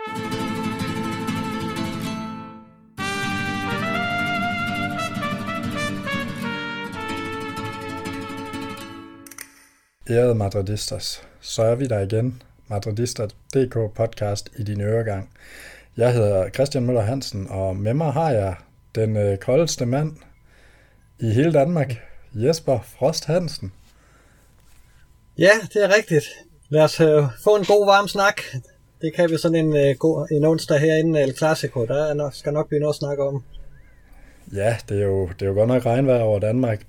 Ærede madridistas, så er vi der igen. Madridista.dk podcast i din øregang. Jeg hedder Christian Møller Hansen, og med mig har jeg den koldeste mand i hele Danmark, Jesper Frost Hansen. Ja, det er rigtigt. Lad os få en god varm snak. Det kan vi sådan en onsdag herinde, El Clasico. Der skal nok blive noget at snakke om. Ja, det er jo godt nok regnvejr over Danmark,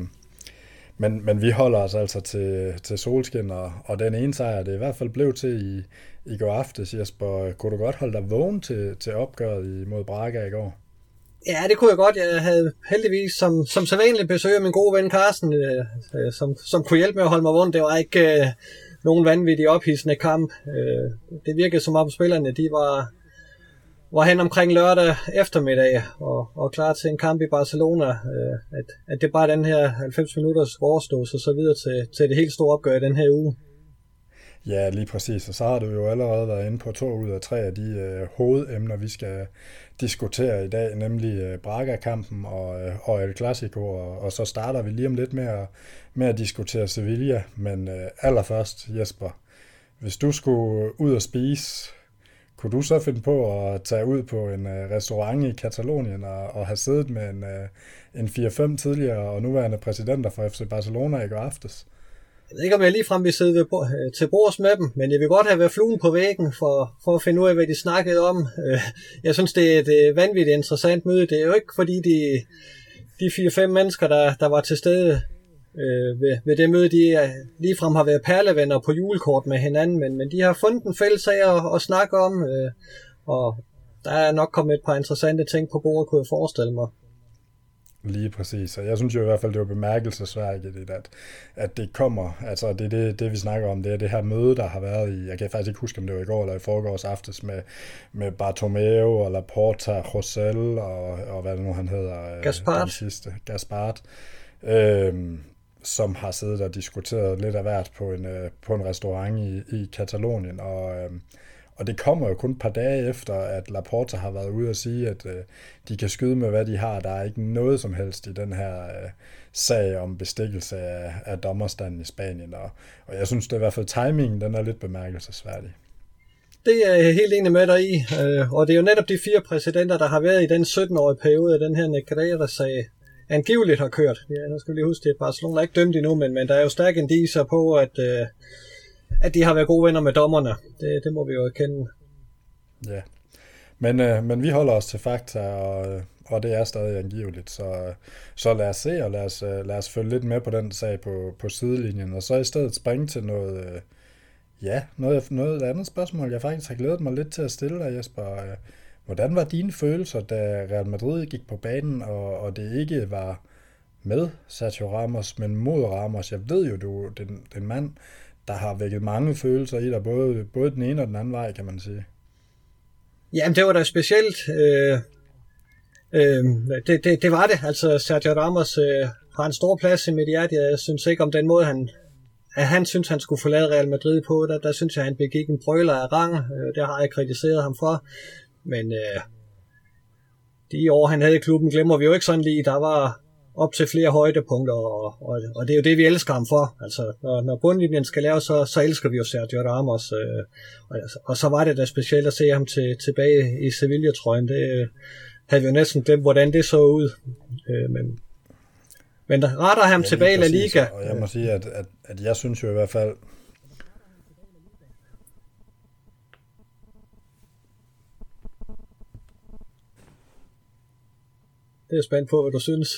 men vi holder os altså til solskin, og den ene sejr, det i hvert fald blev til i går aftes. Jesper, kunne du godt holde dig vågen til opgøret mod Braga i går? Ja, det kunne jeg godt. Jeg havde heldigvis som sædvanligt besøg af min gode ven Carsten, som kunne hjælpe med at holde mig vågen. Det var ikke nogen vanvittig ophidsende kamp. Det virkede som om spillerne, de var hen omkring lørdag eftermiddag og klar til en kamp i Barcelona. At det bare den her 90 minutters overståelse og så videre til det helt store opgør i den her uge. Ja, lige præcis. Og så har du jo allerede været inde på 2 ud af 3 af de hovedemner, vi skal diskutere i dag, nemlig Braga-kampen og El Clasico, og så starter vi lige om lidt med at diskutere Sevilla. Men allerførst, Jesper, hvis du skulle ud og spise, kunne du så finde på at tage ud på en restaurant i Katalonien og have siddet med en 4-5 tidligere og nuværende præsidenter for FC Barcelona i går aftes? Jeg ved ikke, om jeg ligefrem vil sidde til bords med dem, men jeg vil godt have været fluen på væggen for at finde ud af, hvad de snakkede om. Jeg synes, det er et vanvittigt interessant møde. Det er jo ikke, fordi de 4-5 mennesker, der var til stede ved det møde, de ligefrem har været perlevenner på julekort med hinanden, men de har fundet en fælles sag at snakke om, og der er nok kommet et par interessante ting på bordet, kunne jeg forestille mig. Lige præcis, og jeg synes jo i hvert fald, det var bemærkelsesværdigt, at det kommer, altså det vi snakker om, det er det her møde, der har været i, jeg kan faktisk ikke huske, om det var i går eller i forgårs aftes, med Bartomeu og Laporta, Rosell og hvad det nu han hedder, Gaspard, som har siddet og diskuteret lidt af hvert på en restaurant i Katalonien, og det kommer jo kun et par dage efter, at Laporta har været ude og sige, at de kan skyde med, hvad de har. Der er ikke noget som helst i den her sag om bestikkelse af dommerstanden i Spanien. Og jeg synes, det er i hvert fald timingen, den er lidt bemærkelsesværdig. Det er jeg helt enig med dig i. Og det er jo netop de 4 præsidenter, der har været i den 17-årige periode af den her Negreira-sag, angiveligt har kørt. Ja, nu skal vi lige huske, at Barcelona er ikke dømt endnu, men der er jo stærke indicer på, at de har været gode venner med dommerne. Det må vi jo erkende. Ja, men vi holder os til fakta, og det er stadig angiveligt. Så lad os se, og lad os følge lidt med på den sag på sidelinjen, og så i stedet springe til noget andet spørgsmål, jeg faktisk har glædet mig lidt til at stille dig, Jesper. Hvordan var dine følelser, da Real Madrid gik på banen, og det ikke var med Sergio Ramos, men mod Ramos? Jeg ved jo, du er den mand, der har vækket mange følelser i dig, både den ene og den anden vej, kan man sige. Jamen, det var da specielt. Det var det. Altså, Sergio Ramos har en stor plads i mit hjerte. Jeg synes ikke om den måde, han synes, han skulle forlade Real Madrid på. Der synes jeg, han begik en brøler af rang. Det har jeg kritiseret ham for. Men de år, han havde i klubben, glemmer vi jo ikke sådan lige. Der var op til flere højdepunkter, og det er jo det, vi elsker ham for. Altså, når bundlinjen skal laves, så elsker vi jo Sergio Ramos. Og så var det da specielt at se ham tilbage i Sevilla-trøjen. Det havde vi jo næsten glemt, hvordan det så ud. Men der retter ham tilbage i La Liga. Og jeg må sige, at jeg synes jo i hvert fald, det er jeg spændt på, hvad du synes.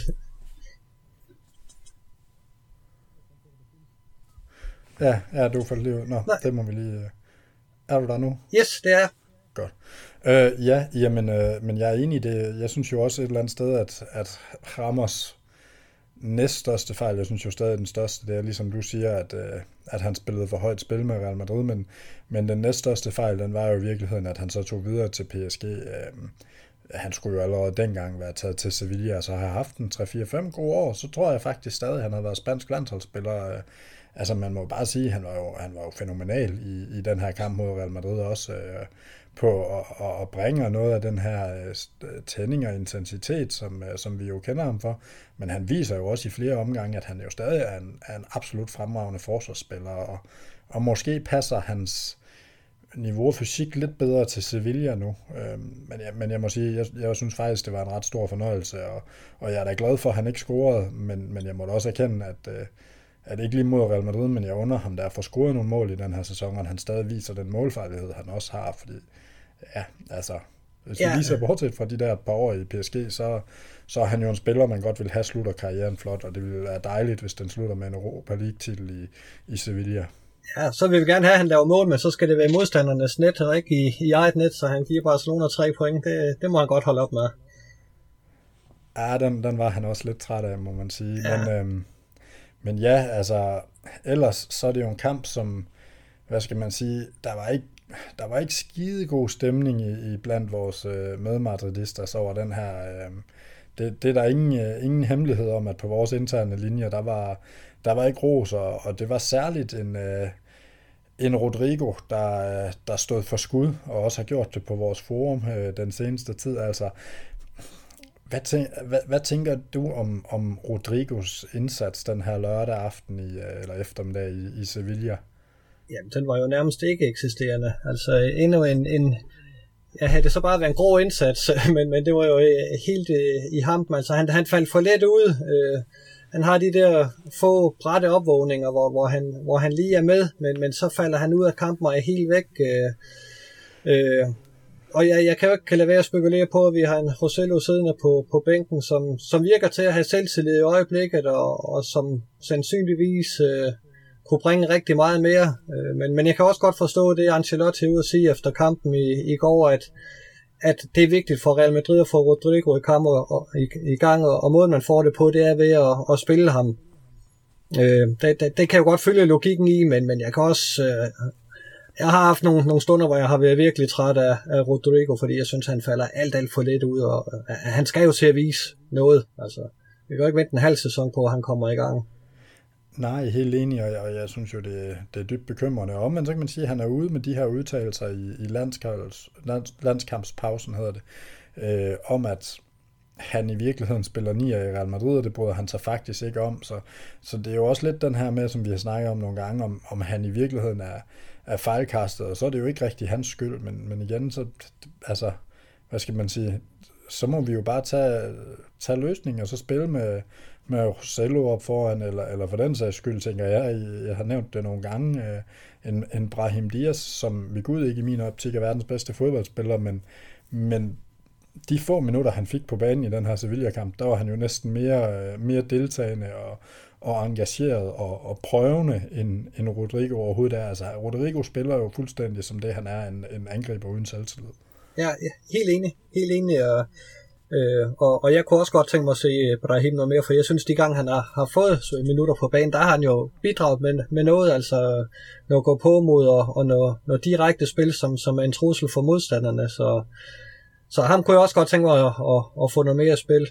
Ja, du faldt lige ud. Nå, nej. Det må vi lige... Er du der nu? Yes, det er. Godt. Men jeg er enig i det. Jeg synes jo også et eller andet sted, at Ramos næststørste fejl, jeg synes jo stadig den største, det er ligesom du siger, at han spillede for højt spil med Real Madrid, men den næststørste fejl, den var jo i virkeligheden, at han så tog videre til PSG. Han skulle jo allerede dengang være taget til Sevilla, og så har haft en 3-4-5 gode år, så tror jeg faktisk stadig, at han havde været spansk landsholdsspiller altså man må bare sige, han var jo fænomenal i den her kamp mod Real Madrid også, på at bringe noget af den her tænding og intensitet, som vi jo kender ham for. Men han viser jo også i flere omgange, at han jo stadig er en absolut fremragende forsvarsspiller, og måske passer hans niveau fysik lidt bedre til Sevilla nu. Men jeg må sige, jeg synes faktisk, det var en ret stor fornøjelse, og jeg er da glad for, at han ikke scorede, men jeg må da også erkende, at ikke lige mod Real Madrid, men jeg under ham, der får scoret nogle mål i den her sæson, og han stadig viser den målfarlighed, han også har, fordi ja, altså, hvis vi lige ser bortset fra de der par år i PSG, så er han jo en spiller, man godt vil have slutter karrieren flot, og det ville være dejligt, hvis den slutter med en Europa League-titel i Sevilla. Ja, så vil vi gerne have, at han laver mål, men så skal det være modstandernes net, og ikke i eget net, så han giver Barcelona 3 point. Det må han godt holde op med. Ja, den var han også lidt træt af, må man sige. Ja. Men ja, altså, ellers så er det jo en kamp, som, hvad skal man sige, der var ikke skide god stemning i blandt vores medmadridister, så var den her, det er der ingen hemmelighed om, at på vores interne linjer, der var ikke ros, og det var særligt en Rodrigo, der stod for skud, og også har gjort det på vores forum den seneste tid. Altså, hvad tænker du om Rodrigos indsats den her lørdag aften eller eftermiddag i Sevilla? Jamen, den var jo nærmest ikke eksisterende. Altså, endnu havde det så bare været en grov indsats, men det var jo helt i hampen. Altså, han faldt for let ud. Han har de der få brætte opvågninger, hvor han lige er med, men så falder han ud af kampen og er helt væk. Og jeg kan jo ikke lade være at spekulere på, at vi har en Rosello siddende på bænken, som virker til at have selvtillid i øjeblikket, og som sandsynligvis kunne bringe rigtig meget mere. Men jeg kan også godt forstå det, Ancelotti ude at sige efter kampen i går, at det er vigtigt for Real Madrid at få Rodrigo i gang, og måden man får det på, det er ved at spille ham. Det kan jo godt følge logikken i, men jeg kan også... Jeg har haft nogle stunder, hvor jeg har været virkelig træt af Rodrigo, fordi jeg synes, han falder alt for lidt ud, og han skal jo til at vise noget. Altså, vi kan jo ikke vente en halv sæson på, at han kommer i gang. Nej, helt enig, og jeg synes jo, det er dybt bekymrende. Og men så kan man sige, at han er ude med de her udtalelser i landskampspausen, hedder det, om at han i virkeligheden spiller 9 i Real Madrid, og det bryder han sig faktisk ikke om. Så det er jo også lidt den her med, som vi har snakket om nogle gange, om han i virkeligheden er fejlkastet, og så er det jo ikke rigtig hans skyld, men igen, så, altså, hvad skal man sige, så må vi jo bare tage løsningen, og så spille med Rosello op foran, eller for den sags skyld, tænker jeg har nævnt det nogle gange, en Brahim Diaz, som ved Gud ikke i min optik er verdens bedste fodboldspiller, men de få minutter, han fik på banen i den her Sevilla-kamp, der var han jo næsten mere deltagende og engageret og prøvende end Rodrigo overhovedet er. Altså, Rodrigo spiller jo fuldstændig som det, han er, en angriber uden selvtillid. Ja, helt enig. Og jeg kunne også godt tænke mig at se Brahim noget mere, for jeg synes, de gange han har fået minutter på banen, der har han jo bidraget med noget, altså noget gå på mod og noget direkte spil, som er en trussel for modstanderne. Så ham kunne jeg også godt tænke mig at få noget mere spil.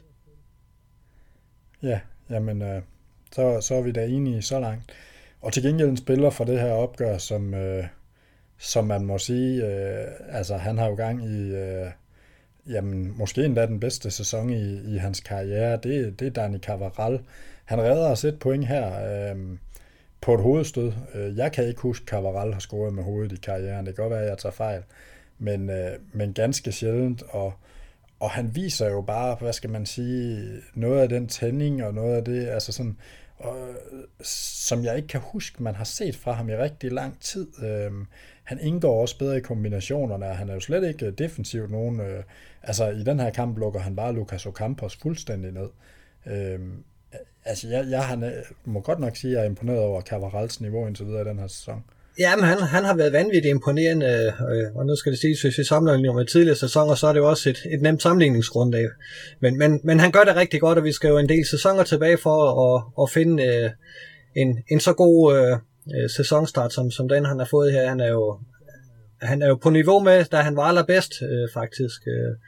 Ja, jamen så er vi da enige så langt. Og til gengæld en spiller for det her opgør, som man må sige, altså han har jo gang i, jamen måske endda den bedste sæson i hans karriere, det er Dani Carvajal. Han redder os et point her på et hovedstød. Jeg kan ikke huske, at Carvajal har scoret med hovedet i karrieren. Det kan godt være, at jeg tager fejl. Men ganske sjældent, og han viser jo bare, hvad skal man sige, noget af den tænding og noget af det, altså sådan, som jeg ikke kan huske, man har set fra ham i rigtig lang tid. Han indgår også bedre i kombinationerne, og han er jo slet ikke defensivt nogen, altså i den her kamp lukker han bare Lucas Ocampos fuldstændig ned. Altså jeg må godt nok sige, at jeg er imponeret over Carvajals niveau indtil videre i den her sæson. Jamen, han har været vanvittigt imponerende, og nu skal det siges, hvis vi sammenligner med tidligere sæsoner, så er det jo også et nemt sammenligningsgrundlag. Men han gør det rigtig godt, og vi skal jo en del sæsoner tilbage for at finde en så god sæsonstart, som den han har fået her. Han er jo på niveau med, da han var allerbedst, faktisk.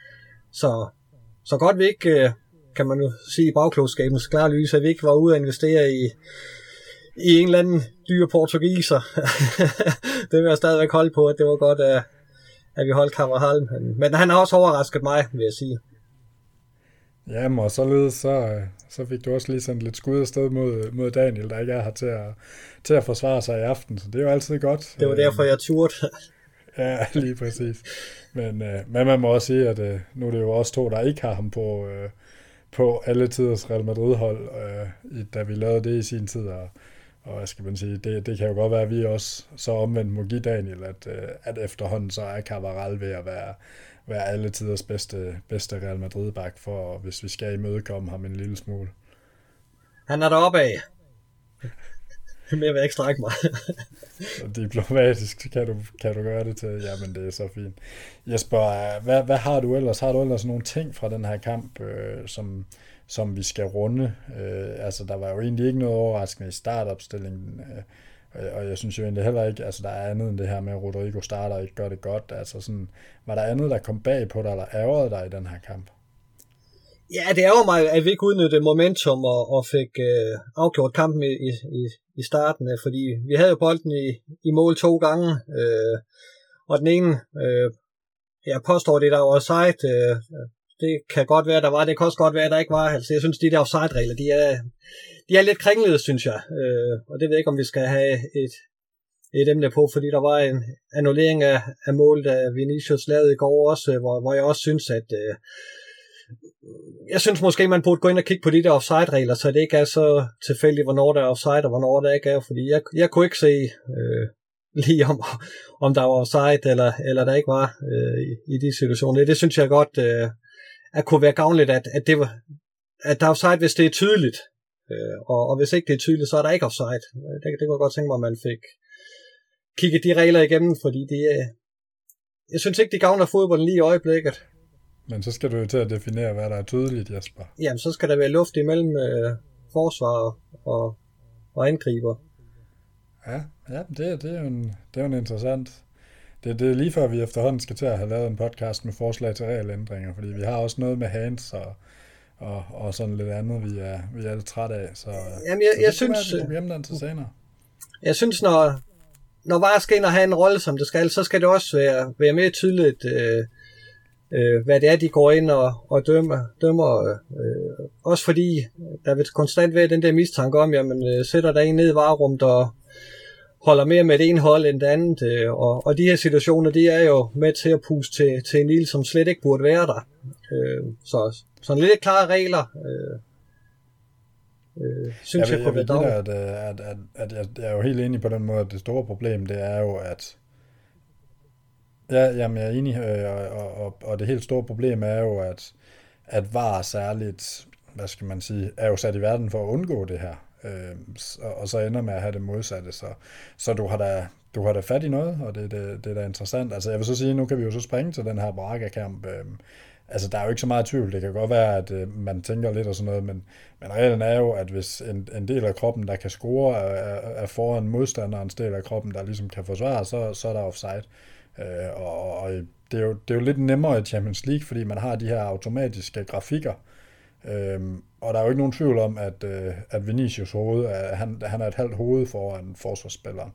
Så godt vi ikke, kan man jo sige i bagklogskabens klare lys, at vi ikke var ude at investere i en eller anden dyre portugiser. Det vil jeg stadigvæk holde på, at det var godt, at vi holdt Carvajal. Men han har også overrasket mig, vil jeg sige. Jamen, og således så fik du også lige sendt lidt skud afsted mod Daniel, der ikke er her til at forsvare sig i aften, så det er jo altid godt. Det var derfor, jeg turde. Ja, lige præcis. Men man må også sige, at nu er det jo også to, der ikke har ham på alle tiders Real Madrid-hold, da vi lavede det i sin tid, og hvad skal man sige, det kan jo godt være, at vi også så omvendt må give Daniel, at efterhånden så er Carvajal ved at være alle tiders bedste Real Madrid-bak, for hvis vi skal imødekomme ham en lille smule. Han er deroppe af. Mere vil jeg ikke strække mig. Diplomatisk kan du gøre det til. Jamen, det er så fint. Jesper, hvad har du ellers? Har du ellers nogle ting fra den her kamp, som vi skal runde? Altså, der var jo egentlig ikke noget overraskende i startopstillingen, og jeg synes jo egentlig heller ikke, altså der er andet end det her med, at Rodrigo starter og ikke gør det godt. Altså sådan, var der andet, der kom bag på dig, eller ærgerede dig i den her kamp? Ja, det ærger mig, at vi ikke udnyttede momentum og fik afgjort kampen i starten, fordi vi havde jo bolden i mål 2 gange, og den ene, jeg påstår det, der var offside, det kan godt være, der var, det kan også godt være, der ikke var. Altså, jeg synes, de der offside-regler, de er lidt kringlede, synes jeg, og det ved jeg ikke, om vi skal have et emne på, fordi der var en annullering af målet, der Vinicius lavede i går også, hvor jeg også synes, at jeg synes måske, man burde gå ind og kigge på de der offside-regler, så det ikke er så tilfældigt, hvornår der er offside, og hvornår der ikke er, fordi jeg kunne ikke se lige om der var offside, eller der ikke var i de situationer. Det synes jeg godt, at kunne være gavnligt, at der er offside, hvis det er tydeligt, og hvis ikke det er tydeligt, så er der ikke offside. Det kunne jeg godt tænke mig, at man fik kigget de regler igennem, fordi jeg synes ikke, de gavner fodbolden lige i øjeblikket. Men så skal du jo til at definere, hvad der er tydeligt, Jesper. Jamen, så skal der være luft imellem forsvar og angriber. Ja, det er jo en interessant. Det er lige før, vi efterhånden skal til at have lavet en podcast med forslag til regelændringer, fordi vi har også noget med hands og sådan lidt andet, vi er lidt trætte af. Så, jamen, jeg synes, den til senere. Jeg synes, når VAR skal ind og have en rolle, som det skal, så skal det også være mere tydeligt, hvad det er, de går ind og dømmer. Også fordi der vil konstant være den der mistanke om, jamen sætter der en ned i VAR-rummet, der holder mere med det ene hold end det andet. Og de her situationer, de er jo med til at puste til en ild, som slet ikke burde være der. Så sådan lidt klare regler, synes jeg kunne være dårligt. At jeg er jo helt enig på den måde, at det store problem, det er jo, at jamen jeg er enig, og det helt store problem er jo, at VAR særligt, hvad skal man sige, er jo sat i verden for at undgå det her, og så ender med at have det modsatte, så du har da fat i noget, og det er da interessant. Altså jeg vil så sige, nu kan vi jo så springe til den her Braga-kamp. Altså der er jo ikke så meget tvivl, det kan godt være, at man tænker lidt og sådan noget, men reglen er jo, at hvis en del af kroppen, der kan score, er foran modstanderens del af kroppen, der ligesom kan forsvare, så er der offside. Og det er jo lidt nemmere i Champions League, fordi man har de her automatiske grafikker, og der er jo ikke nogen tvivl om, at Vinicius hoved, han er et halvt hoved foran forsvarsspilleren.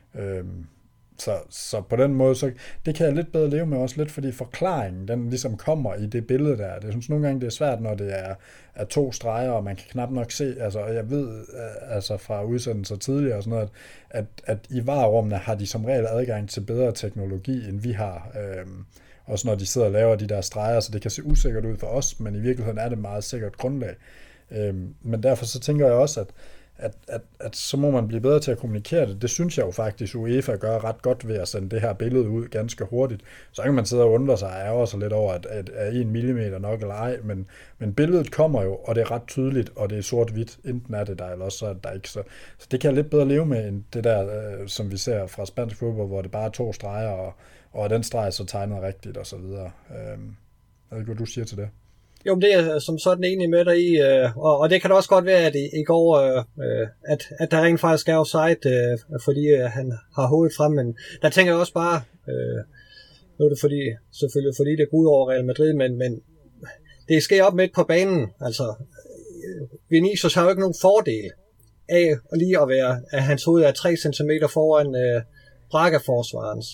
Så på den måde, så det kan jeg lidt bedre leve med også lidt, fordi forklaringen, den ligesom kommer i det billede der. Det synes nogle gange, det er svært, når det er 2 streger, og man kan knap nok se, altså jeg ved altså fra udsendelser tidligere og sådan noget, at i VAR-rummene har de som regel adgang til bedre teknologi, end vi har. Også når de sidder og laver de der streger, så det kan se usikkert ud for os, men i virkeligheden er det meget sikkert grundlag. Men derfor så tænker jeg også, at så må man blive bedre til at kommunikere det. Det synes jeg jo faktisk, UEFA gør ret godt ved at sende det her billede ud ganske hurtigt. Så kan man sidde og undre sig og ærger sig lidt over, at er 1 millimeter nok eller ej, men billedet kommer jo, og det er ret tydeligt, og det er sort-hvidt, enten er det der, eller også så er det der ikke. Så det kan jeg lidt bedre leve med, end det der, som vi ser fra spansk fodbold, hvor det bare er 2 streger, og den streg er så tegnet rigtigt, og så videre. Jeg ved ikke, hvad du siger til det. Jo, men det er som sådan enig med dig i, og det kan da også godt være, at i går, at der rent faktisk er offside, fordi han har hovedet frem, men der tænker jeg også bare, nu er det selvfølgelig fordi det går ud over Real Madrid, men det sker op midt på banen, altså Vinicius har jo ikke nogen fordel af og lige at være, at hans hoved er 3 cm foran Braga-forsvarens.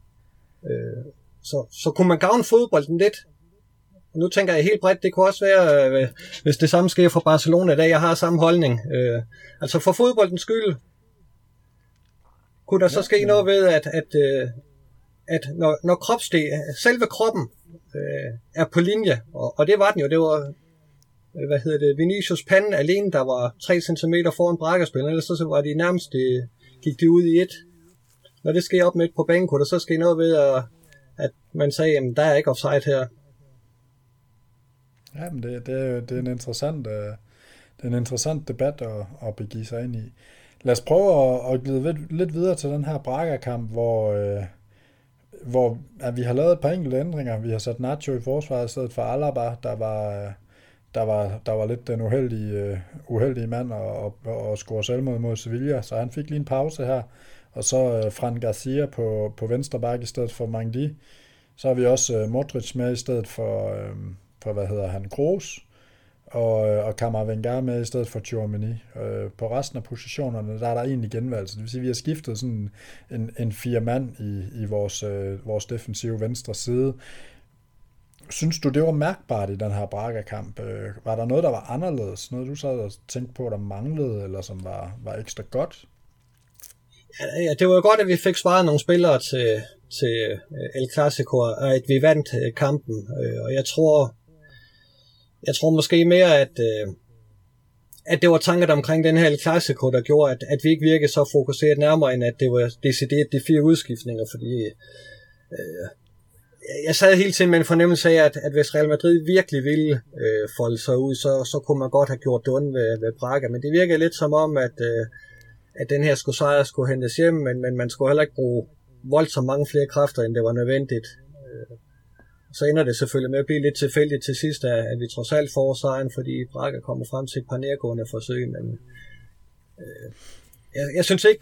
Så kunne man gavne fodbolden lidt. Og nu tænker jeg helt bredt, det kunne også være, hvis det samme sker for Barcelona i dag, jeg har samme holdning. Altså for fodboldens skyld, kunne der så ske noget ved, at når selve kroppen er på linje, og det var den jo, det var, Vinicius pande alene, der var 3 cm foran Braga-spilleren, ellers så var de nærmest, gik de ud i et. Når det sker op midt på banen, kunne der så ske noget ved, at man sagde, jamen der er ikke offside her. Ja, men det er en interessant debat at begive sig ind i. Lad os prøve at glide lidt videre til den her Braga-kamp, hvor vi har lavet et par enkelte ændringer. Vi har sat Nacho i forsvaret i stedet for Alaba, der var lidt den uheldige mand og score selvmål mod Sevilla, så han fik lige en pause her. Og så Fran Garcia på venstre back i stedet for Mangdi. Så har vi også Modric med i stedet for Kroos, og Camavinga med i stedet for Tchouaméni. På resten af positionerne, der er der egentlig genvalg. Det vil sige, at vi har skiftet sådan en 4 mand i vores defensive venstre side. Synes du, det var mærkbart i den her Braga-kamp? Var der noget, der var anderledes? Noget, du sad og tænkte på, der manglede, eller som var ekstra godt? Ja, det var jo godt, at vi fik svaret nogle spillere til El Clasico, og at vi vandt kampen. Og jeg tror måske mere, at det var tanker omkring den her El Clasico, der gjorde, at vi ikke virkede så fokuseret nærmere, end at det var decideret de 4 udskiftninger, fordi jeg sad hele tiden med en fornemmelse af, at hvis Real Madrid virkelig ville folde sig ud, så kunne man godt have gjort det ondt ved Braga, men det virkede lidt som om, at den her sejr skulle hentes hjem, men man skulle heller ikke bruge voldsomt mange flere kræfter, end det var nødvendigt. Så ender det selvfølgelig med at blive lidt tilfældigt til sidst, at vi trods alt får sejren, fordi Braga kommer frem til et par nærgående forsøg, men jeg synes ikke,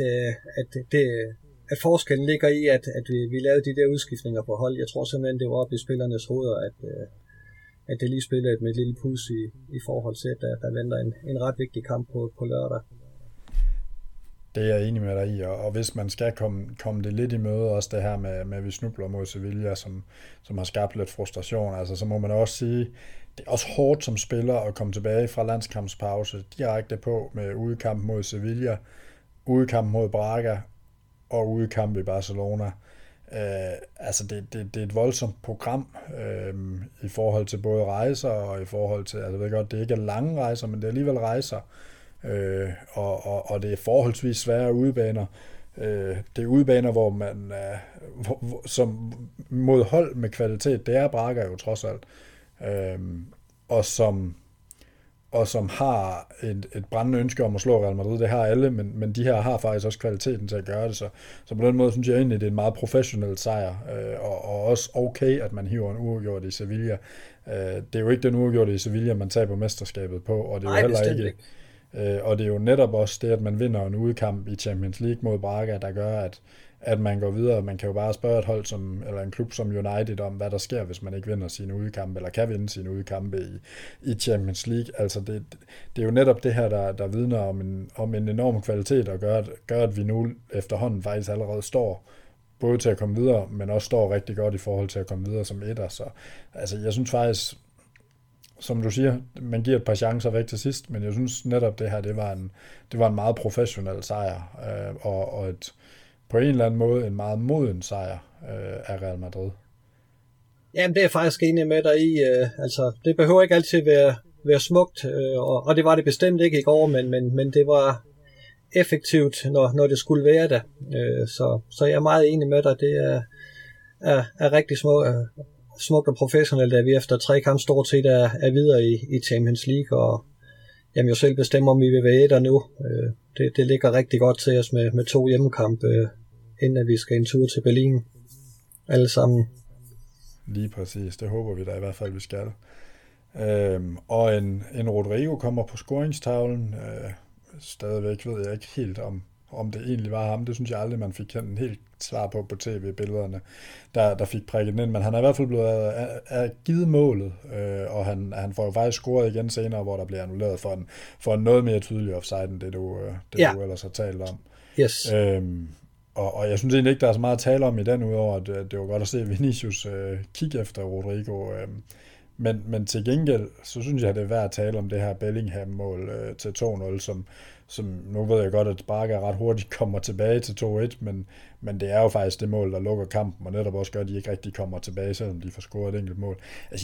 at forskellen ligger i, at vi lavede de der udskiftninger på hold. Jeg tror simpelthen, det var op i spillernes hoveder, at det lige spillede med et lille pus i forhold til, at der venter en ret vigtig kamp på lørdag. Det er jeg enig med dig i, og hvis man skal komme det lidt i møde, også det her med at vi snubler mod Sevilla, som har skabt lidt frustration, altså så må man også sige, det er også hårdt som spiller at komme tilbage fra landskampspause direkte på med udekamp mod Sevilla, udekamp mod Braga og udekamp i Barcelona. Altså det er et voldsomt program i forhold til både rejser og i forhold til, altså jeg ved godt, det ikke er lange rejser, men det er alligevel rejser, og det er forholdsvis svære udebaner. Det er udebaner, hvor man som mod hold med kvalitet, det er Braga jo trods alt, og som har et brændende ønske om at slå Real Madrid. Det har alle, men de her har faktisk også kvaliteten til at gøre det, så på den måde synes jeg egentlig, det er en meget professionel sejr, og også okay, at man hiver en uafgjort i Sevilla. Det er jo ikke den uafgjorte i Sevilla, man taber mesterskabet på, og det er jo heller ikke. Og det er jo netop også det, at man vinder en udekamp i Champions League mod Braga, der gør, at man går videre. Man kan jo bare spørge et hold eller en klub som United om, hvad der sker, hvis man ikke vinder sine udekampe, eller kan vinde sine udekampe i Champions League. Altså det er jo netop det her, der vidner om en enorm kvalitet, og gør, at vi nu efterhånden faktisk allerede står både til at komme videre, men også står rigtig godt i forhold til at komme videre som etter. Så altså, jeg synes faktisk, som du siger, man giver et par chancer væk til sidst, men jeg synes netop det her, det var en meget professionel sejr, og på en eller anden måde en meget moden sejr af Real Madrid. Jamen det er jeg faktisk enig med dig i. Altså det behøver ikke altid være smukt, og det var det bestemt ikke i går, men det var effektivt, når det skulle være det. Så jeg er meget enig med dig. Det er rigtig smukt og professionelt, at vi efter 3 kampe stort set er videre i Champions League, og jamen jo selv bestemmer, om vi vil være etter nu. Det ligger rigtig godt til os med 2 hjemmekampe, inden at vi skal en tur til Berlin alle sammen. Lige præcis, det håber vi da i hvert fald, vi skal. Og en Rodrigo kommer på scoringstavlen. Stadigvæk ved jeg ikke helt, om det egentlig var ham. Det synes jeg aldrig, man fik kendt en helt svar på tv-billederne, der fik prikket ind. Men han er i hvert fald blevet givet målet, og han får jo faktisk scoret igen senere, hvor der bliver annulleret for en noget mere tydelig offside, end det du ellers har talt om. Yes. Og jeg synes egentlig ikke, der er så meget at tale om i den, udover at det var godt at se Vinicius kigge efter Rodrigo. Men til gengæld, så synes jeg, det er værd at tale om det her Bellingham-mål til 2-0, som nu ved jeg godt, at Braga ret hurtigt kommer tilbage til 2-1, men det er jo faktisk det mål, der lukker kampen, og netop også gør, at de ikke rigtig kommer tilbage, selvom de får scoret et enkelt mål. Altså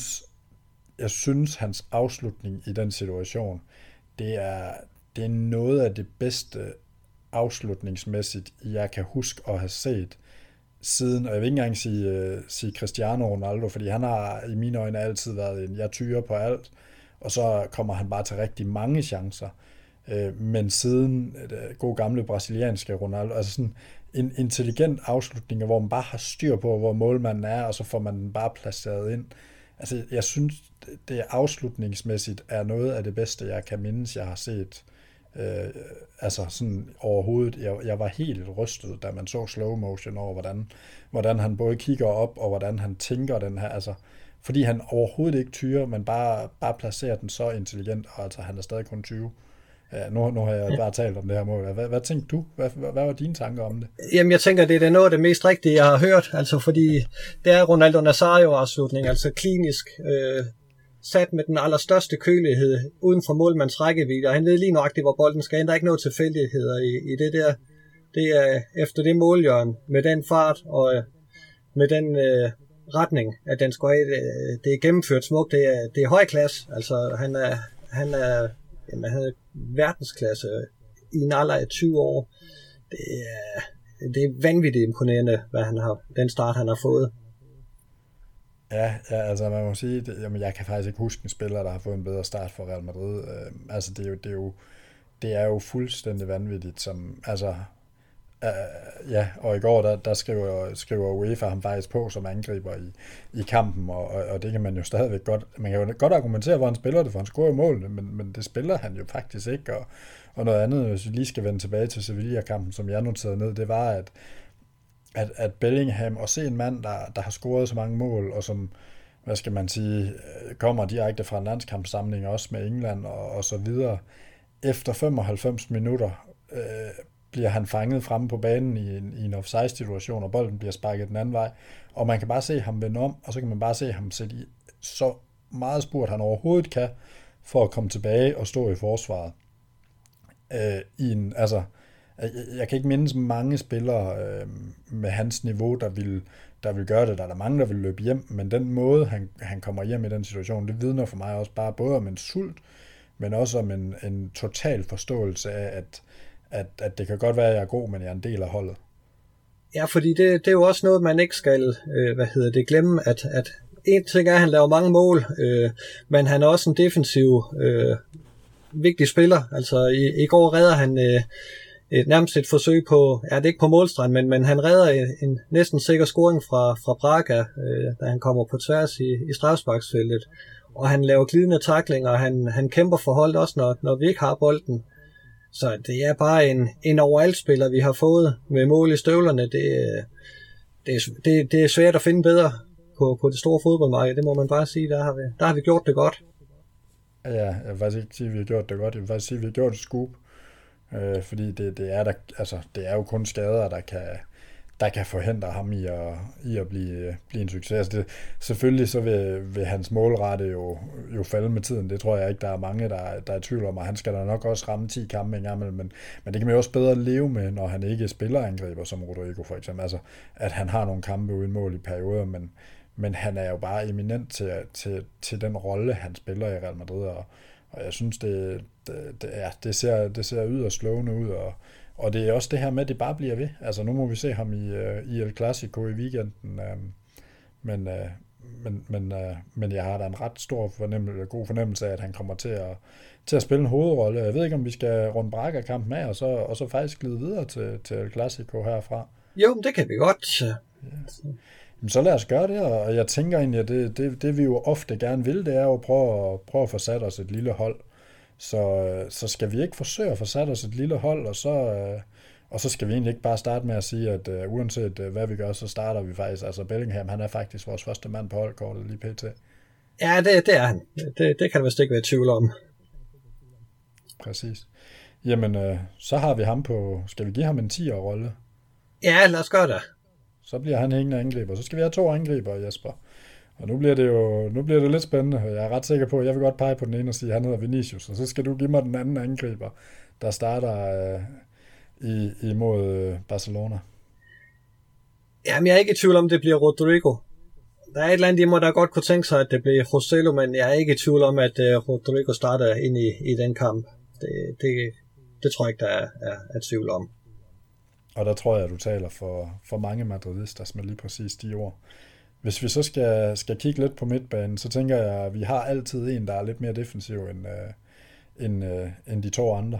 jeg synes hans afslutning i den situation, det er noget af det bedste afslutningsmæssigt, jeg kan huske at have set siden, og jeg vil ikke engang sige Cristiano Ronaldo, fordi han har i mine øjne altid været en, jeg tyrer på alt, og så kommer han bare til rigtig mange chancer. Men siden god gamle brasilianske Ronaldo, altså sådan en intelligent afslutning, hvor man bare har styr på, hvor målmanden er, og så får man den bare placeret ind. Altså jeg synes, det afslutningsmæssigt er noget af det bedste, jeg kan mindes, jeg har set. Altså sådan overhovedet, jeg var helt rystet, da man så slow motion over, hvordan han både kigger op, og hvordan han tænker den her, altså, fordi han overhovedet ikke tyrer, men bare placerer den så intelligent, og altså han er stadig kun 20. Ja, nu har jeg bare talt om det her mål. Hvad tænkte du? Hvad var dine tanker om det? Jamen, jeg tænker, det er noget af det mest rigtige, jeg har hørt, altså fordi det er Ronaldo Nazario-afslutning, altså klinisk, sat med den allerstørste kølighed uden for målmands rækkevidde, og han ved lige nøjagtigt, hvor bolden skal ind. Der er ikke noget tilfældigheder i det der. Det er efter det målhjørne, med den fart og med den retning, at den skal have, det er gennemført smukt. Det er høj klasse. Altså, han havde verdensklasse i en alder af 20 år. Det er vanvittigt imponerende, hvad den start, han har fået. Ja, altså man må sige, jamen jeg kan faktisk ikke huske en spiller, der har fået en bedre start for Real Madrid. Altså det er jo fuldstændig vanvittigt, som altså ja, og i går der skriver UEFA ham faktisk på som angriber i kampen, og det kan man jo stadigvæk godt, man kan jo godt argumentere, hvor han spiller det, for han scorer jo målene, men det spiller han jo faktisk ikke, og noget andet, hvis vi lige skal vende tilbage til Sevilla-kampen, som jeg noterede ned, det var, at Bellingham, og se en mand, der har scoret så mange mål, og som, hvad skal man sige, kommer direkte fra en landskampssamling også med England og så videre. Efter 95 minutter bliver han fanget fremme på banen i en offside-situation, og bolden bliver sparket den anden vej, og man kan bare se ham vende om, og så kan man bare se ham sætte i så meget spurt, han overhovedet kan, for at komme tilbage og stå i forsvaret. Jeg kan ikke mindes mange spillere med hans niveau, der vil gøre det. Der er mange, der vil løbe hjem, men den måde, han kommer hjem i den situation, det vidner for mig også bare både om en sult, men også om en total forståelse af, at det kan godt være, at jeg er god, men jeg er en del af holdet. Ja, fordi det er jo også noget, man ikke skal glemme, at en ting er, at han laver mange mål, men han er også en defensiv vigtig spiller. Altså i går redder han nærmest et forsøg på, det ikke på målstregen, men han redder en næsten sikker scoring fra Braga, da han kommer på tværs i straffesparksfeltet. Og han laver glidende tacklinger, og han kæmper for holdet også, når vi ikke har bolden. Så det er bare en overalt-spiller, vi har fået med mål i støvlerne. Det er svært at finde bedre på det store fodboldmarked, det må man bare sige. Der har vi gjort det godt. Ja, jeg vil faktisk ikke sige, at vi har gjort det godt. Jeg vil faktisk sige, at vi har gjort et scoop. Fordi det er jo kun skader, der kan forhindre ham i at blive en succes. Altså selvfølgelig så vil hans målrate jo falde med tiden. Det tror jeg ikke, der er mange, der er i tvivl om, og han skal da nok også ramme 10 kampe en gang imellem, men det kan man jo også bedre leve med, når han ikke spiller angriber som Rodrigo for eksempel. Altså, at han har nogle kampe uden mål i perioder, men han er jo bare eminent til den rolle, han spiller i Real Madrid, og jeg synes, det ser yderst lovende ud, og det er også det her med, at det bare bliver ved. Altså nu må vi se ham i El Clasico i weekenden, men jeg har da en ret stor god fornemmelse af, at han kommer til at spille en hovedrolle. Jeg ved ikke, om vi skal runde Braga-kampen af, og så faktisk glide videre til El Clasico herfra. Jo, det kan vi godt. Ja. Så lad os gøre det, og jeg tænker egentlig, at det vi jo ofte gerne vil, det er jo at prøve at få sat os et lille hold Så skal vi ikke forsøge at få sat os et lille hold, og så skal vi egentlig ikke bare starte med at sige, at uanset hvad vi gør, så starter vi faktisk. Altså Bellingham, han er faktisk vores første mand på holdkortet lige pt. Ja, det er han. Det kan der vist ikke være tvivl om. Præcis. Jamen, så har vi ham på... Skal vi give ham en 10'er-rolle? Ja, lad os gøre det. Så bliver han hængende angriber. Så skal vi have 2 angriber, Jesper. Og nu bliver det lidt spændende. Jeg er ret sikker på, at jeg vil godt pege på den ene og sige, at han hedder Vinicius. Og så skal du give mig den anden angriber, der starter imod Barcelona. Jamen, jeg er ikke i tvivl om, det bliver Rodrigo. Der er et eller andet i mig, der godt kunne tænke sig, at det bliver Joselu, men jeg er ikke i tvivl om, at Rodrigo starter ind i den kamp. Det tror jeg ikke, der er tvivl om. Og der tror jeg, at du taler for mange madridistas med lige præcis de ord. Hvis vi så skal kigge lidt på midtbanen, så tænker jeg, at vi har altid en, der er lidt mere defensiv end de 2 andre.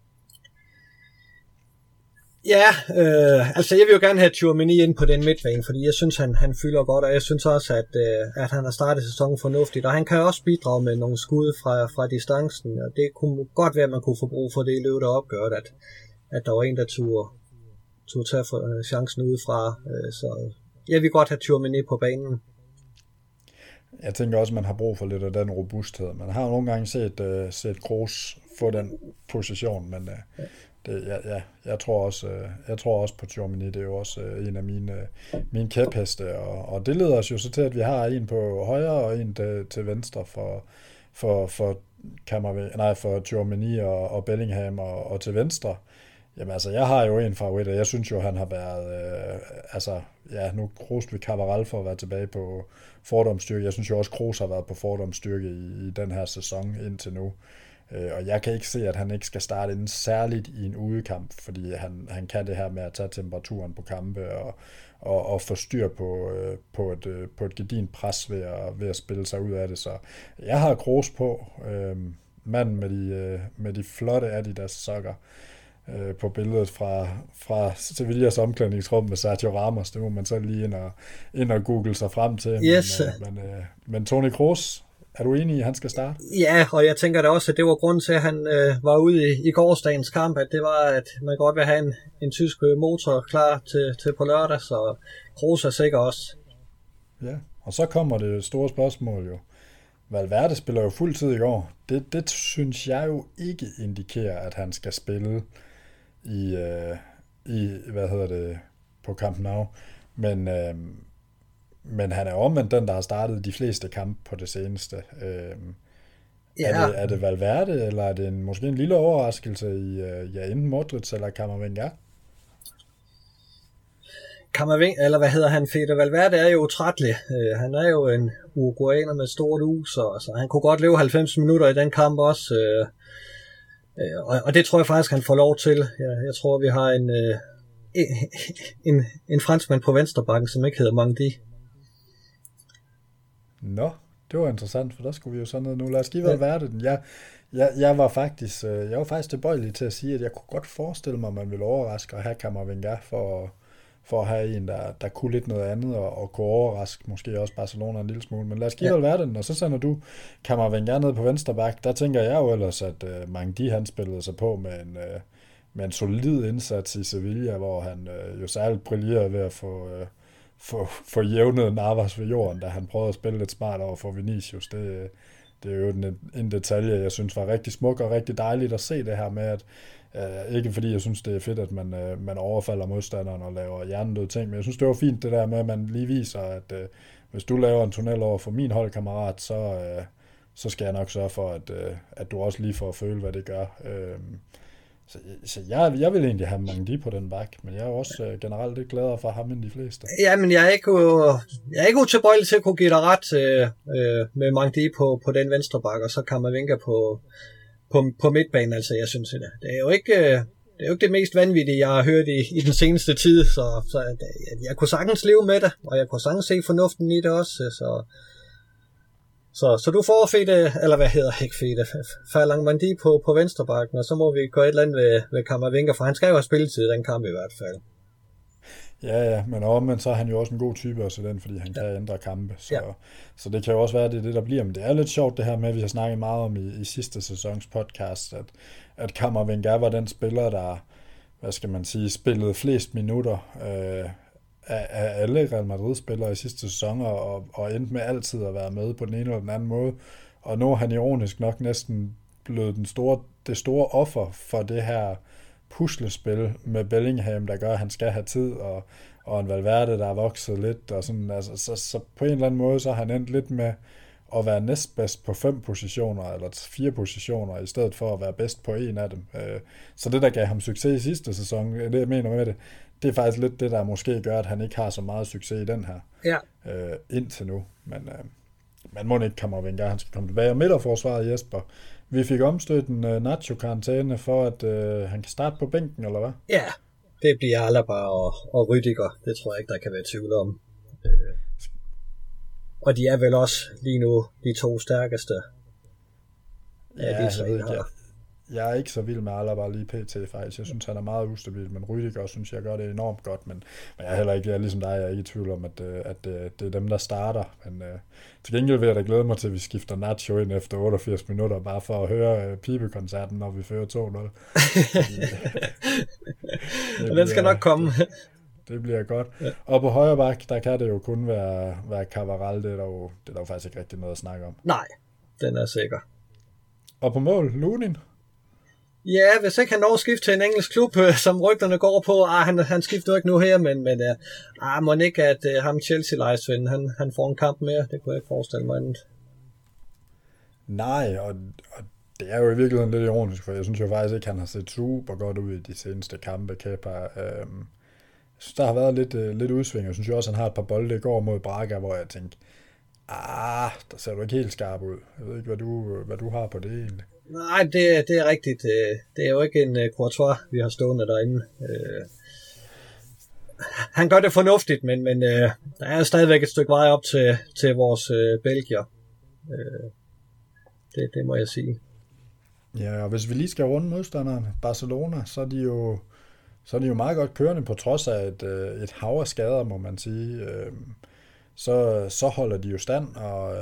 Ja, altså jeg vil jo gerne have Tchouaméni ind på den midtbane, fordi jeg synes, han fylder godt, og jeg synes også, at han har startet sæsonen fornuftigt, og han kan også bidrage med nogle skud fra distancen, og det kunne godt være, at man kunne få brug for det i løbet af opgøret, at der var en, der turde tage chancen udefra, så jeg vil godt have Tchouaméni på banen. Jeg tænker også, at man har brug for lidt af den robusthed. Man har jo nogle gange set Kroos få den position, men jeg tror også på Tchouaméni. Det er jo også en af mine kæpheste, og det leder os jo så til, at vi har en på højre og en til venstre for Tchouaméni og Bellingham, og til venstre. Jamen altså, jeg har jo en favorit, og jeg synes jo, han har været, nu roste vi Cabral for at være tilbage på fordomsstyrke. Jeg synes jo også, Kroos har været på fordomsstyrke i den her sæson indtil nu. Og jeg kan ikke se, at han ikke skal starte inden særligt i en udekamp, fordi han kan det her med at tage temperaturen på kampe og få styr på et gedint pres ved at spille sig ud af det. Så jeg har Kroos på, manden med de flotte Adidas sokker, på billedet fra Sevillas omklædningsrum med Sergio Ramos. Det må man så lige ind og google sig frem til. Yes. Men Toni Kroos, er du enig i, at han skal starte? Ja, og jeg tænker da også, at det var grunden til, at han var ude i gårsdagens kamp, at det var, at man godt vil have en tysk motor klar til på lørdag, så Kroos er sikker også. Ja, og så kommer det store spørgsmål jo. Valverde spiller jo fuld tid i går. Det synes jeg jo ikke indikerer, at han skal spille i på Camp Nou. Men han er omvendt den, der har startet de fleste kampe på det seneste. Ja. Er det Valverde, eller er det måske en lille overraskelse i enten Modric eller Camavinga? Fede Valverde er jo utrættelig. Han er jo en uruguaner med stort us, så han kunne godt leve 90 minutter i den kamp også. Og det tror jeg faktisk, han får lov til. Jeg tror, vi har en franskmand på venstrebakken, som ikke hedder Mangdi. Nå, det var interessant, for der skulle vi jo sådan noget nu. Lad os give Valverde den. Jeg var faktisk tilbøjelig til at sige, at jeg kunne godt forestille mig, at man ville overraske at have Camavinga for at have en, der kunne lidt noget andet, og kunne overraske måske også Barcelona en lille smule. Men lad os give Valverde den, og så sender du Camavinga ned på venstreback. Der tænker jeg jo ellers, at Mangdi han spillede sig på med en solid indsats i Sevilla, hvor han jo særligt brillerede ved at få jævnet Navas ved jorden, da han prøvede at spille lidt smart over for Vinicius. Det er jo en detalje, jeg synes var rigtig smuk og rigtig dejligt at se det her med, at ikke fordi jeg synes, det er fedt, at man overfalder modstanderen og laver hjernedøde ting, men jeg synes, det var fint det der med, at man lige viser, at hvis du laver en tunnel over for min holdkammerat, så skal jeg nok sørge for, at du også lige får at føle, hvad det gør. Så jeg vil egentlig have Mangdi på den bak, men jeg er også generelt lidt gladere for ham end de fleste. Ja, men jeg er ikke utilbøjelig til at kunne give dig ret med Mangdi på den venstre bak, og så kan man vinke på midtbanen. Altså, jeg synes, det er jo ikke det mest vanvittige, jeg har hørt i den seneste tid, så jeg kunne sagtens leve med det, og jeg kunne sagtens se fornuften i det også, Så du får Ferland Mangdi på venstrebakken, og så må vi gå et eller andet ved Camavinga, for han skal jo have spilletid i den kamp i hvert fald. Ja, men omvendt så er han jo også en god type også den, fordi han kan ændre kampe. Så det kan jo også være, det er det, der bliver. Men det er lidt sjovt det her med, at vi har snakket meget om i sidste sæsons podcast, at Kammervenga var den spiller, der, hvad skal man sige, spillede flest minutter af alle Real Madrid-spillere i sidste sæson, og endte med altid at være med på den ene eller den anden måde. Og nu er han ironisk nok næsten blevet det store offer for det her puslespil med Bellingham, der gør, at han skal have tid, og en Valverde, der er vokset lidt, og sådan, altså, så på en eller anden måde, så har han endt lidt med at være næstbedst på 5 positioner, eller 4 positioner, i stedet for at være bedst på en af dem. Så det, der gav ham succes i sidste sæson, det jeg mener med det er faktisk lidt det, der måske gør, at han ikke har så meget succes i den her, indtil nu. Men man må ikke komme op en gang, han skal komme tilbage. Og midterforsvaret, Jesper, vi fik omstødt en Nacho-karantæne for, at han kan starte på bænken, eller hvad? Ja, det bliver Alaba og Rüdiger. Det tror jeg ikke, der kan være tvivl om. Og de er vel også lige nu de 2 stærkeste. Ja, jeg er ikke så vild med Alaba lige pt. Faktisk. Jeg synes, han er meget ustabil, men Rüdiger synes, jeg gør det enormt godt. Men jeg er heller ikke, jeg er ligesom dig, jeg er ikke i tvivl om, at det er dem, der starter. Men til gengæld vil jeg da glæde mig til, at vi skifter Nacho ind efter 88 minutter, bare for at høre pibekoncerten, når vi fører 2-0. Den skal nok komme. Det bliver godt. Ja. Og på højre bak, der kan det jo kun være Cavaral, det er der jo faktisk ikke rigtig noget at snakke om. Nej, den er sikker. Og på mål, Lunin? Ja, hvis ikke han når at skifte til en engelsk klub, som rygterne går på, han skifter ikke nu her, men må ikke, at ham Chelsea-lejesven, han får en kamp mere, det kunne jeg ikke forestille mig andet. Nej, og det er jo i virkeligheden lidt ironisk, for jeg synes jo faktisk ikke, han har set super godt ud i de seneste kampe, Kepa. Jeg synes, der har været lidt udsving. Jeg synes jo også, han har et par bolde i går mod Braga, hvor jeg tænkte, der ser du ikke helt skarp ud. Jeg ved ikke, hvad du har på det egentlig. Nej, det er rigtigt. Det er jo ikke en Courtois, vi har stående derinde. Han gør det fornuftigt, men der er stadigvæk et stykke vej op til vores belgier. Det må jeg sige. Ja, og hvis vi lige skal runde modstanderen, Barcelona, så er de jo meget godt kørende, på trods af et hav af skader, må man sige. Så holder de jo stand, og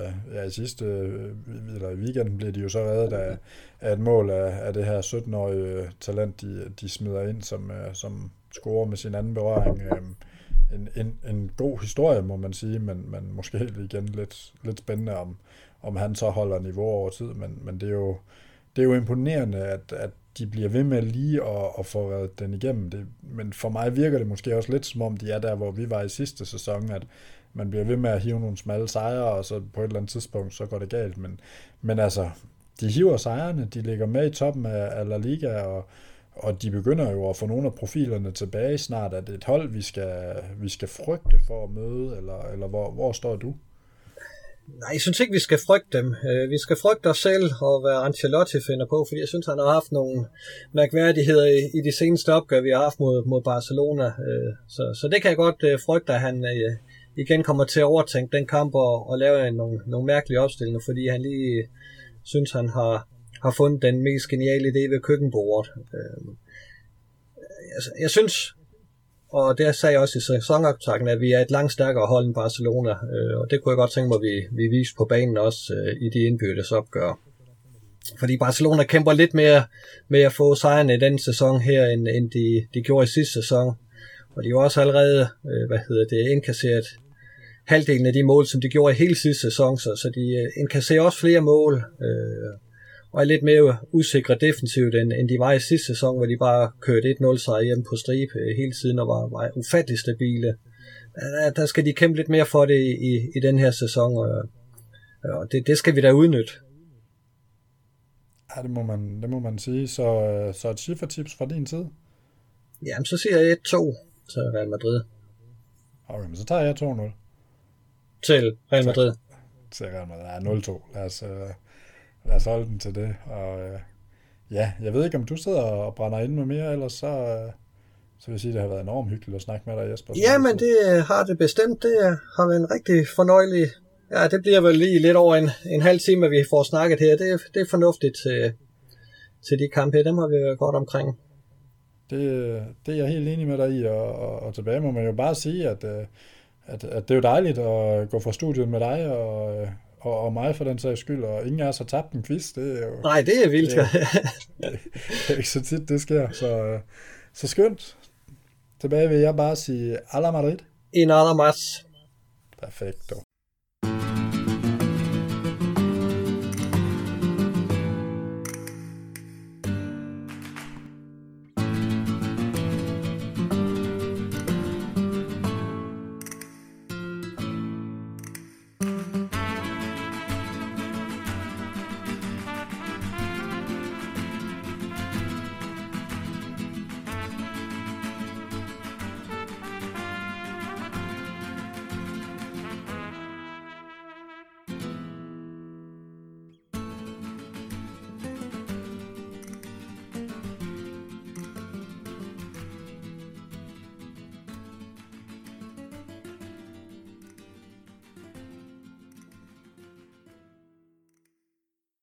i weekenden blev de jo så reddet af et mål af det her 17-årige talent, de smider ind, som scorer med sin anden berøring. En god historie, må man sige, men måske igen lidt spændende, om han så holder niveau over tid, men det er jo imponerende, at de bliver ved med lige at få reddet den igennem. Men for mig virker det måske også lidt, som om de er der, hvor vi var i sidste sæson, at man bliver ved med at hive nogle smalle sejre, og så på et eller andet tidspunkt, så går det galt. Men altså, de hiver sejrene, de ligger med i toppen af La Liga, og de begynder jo at få nogle af profilerne tilbage snart. Er det et hold, vi skal frygte for at møde, eller hvor står du? Nej, jeg synes ikke, vi skal frygte dem. Vi skal frygte os selv, og hvad Ancelotti finder på, fordi jeg synes, han har haft nogle mærkværdigheder i de seneste opgør, vi har haft mod Barcelona. Så det kan jeg godt frygte, at han igen kommer til at overtænke den kamp og lave nogle mærkelige opstillinger, fordi han lige synes, han har fundet den mest geniale idé ved køkkenbordet. Jeg synes, og det sagde jeg også i sæsonoptakten, at vi er et langt stærkere hold end Barcelona, og det kunne jeg godt tænke mig, at vi viser på banen også i de indbyrdes opgør. Fordi Barcelona kæmper lidt mere med at få sejren i den sæson her, end de gjorde i sidste sæson. Og de har også allerede, indkasseret halvdelen af de mål, som de gjorde i hele sidste sæson, så de inkasserer også flere mål, og er lidt mere usikre defensivt, end de var i sidste sæson, hvor de bare kørte 1-0 sejr hjem på stribe hele tiden, og var ufattelig stabile. Der skal de kæmpe lidt mere for det i den her sæson, og det skal vi da udnytte. Ja, det må man sige. Så et chiffertips fra din side? Jamen, så siger jeg 1-2 til Real Madrid. Okay, men så tager jeg 2-0. Til Real Madrid? Til Real Madrid. Ja, 0-2. Lad os holde den til det. Og jeg ved ikke, om du sidder og brænder ind med mere, ellers så vil jeg sige, at det har været enormt hyggeligt at snakke med dig, Jesper. Ja, men det har det bestemt. Det har været en rigtig fornøjelig. Ja, det bliver vel lige lidt over en halv time, at vi får snakket her. Det er fornuftigt til de kampe. Dem har vi været godt omkring. Det er jeg helt enig med dig i, og tilbage må man jo bare sige, at det er jo dejligt at gå fra studiet med dig, og mig for den sags skyld, og ingen af os har tabt en quiz. Det er jo, Nej, det er vildt. det er ikke så tit, det sker. Så skønt. Tilbage vil jeg bare sige, Ala Madrid. En nada más. Perfekt.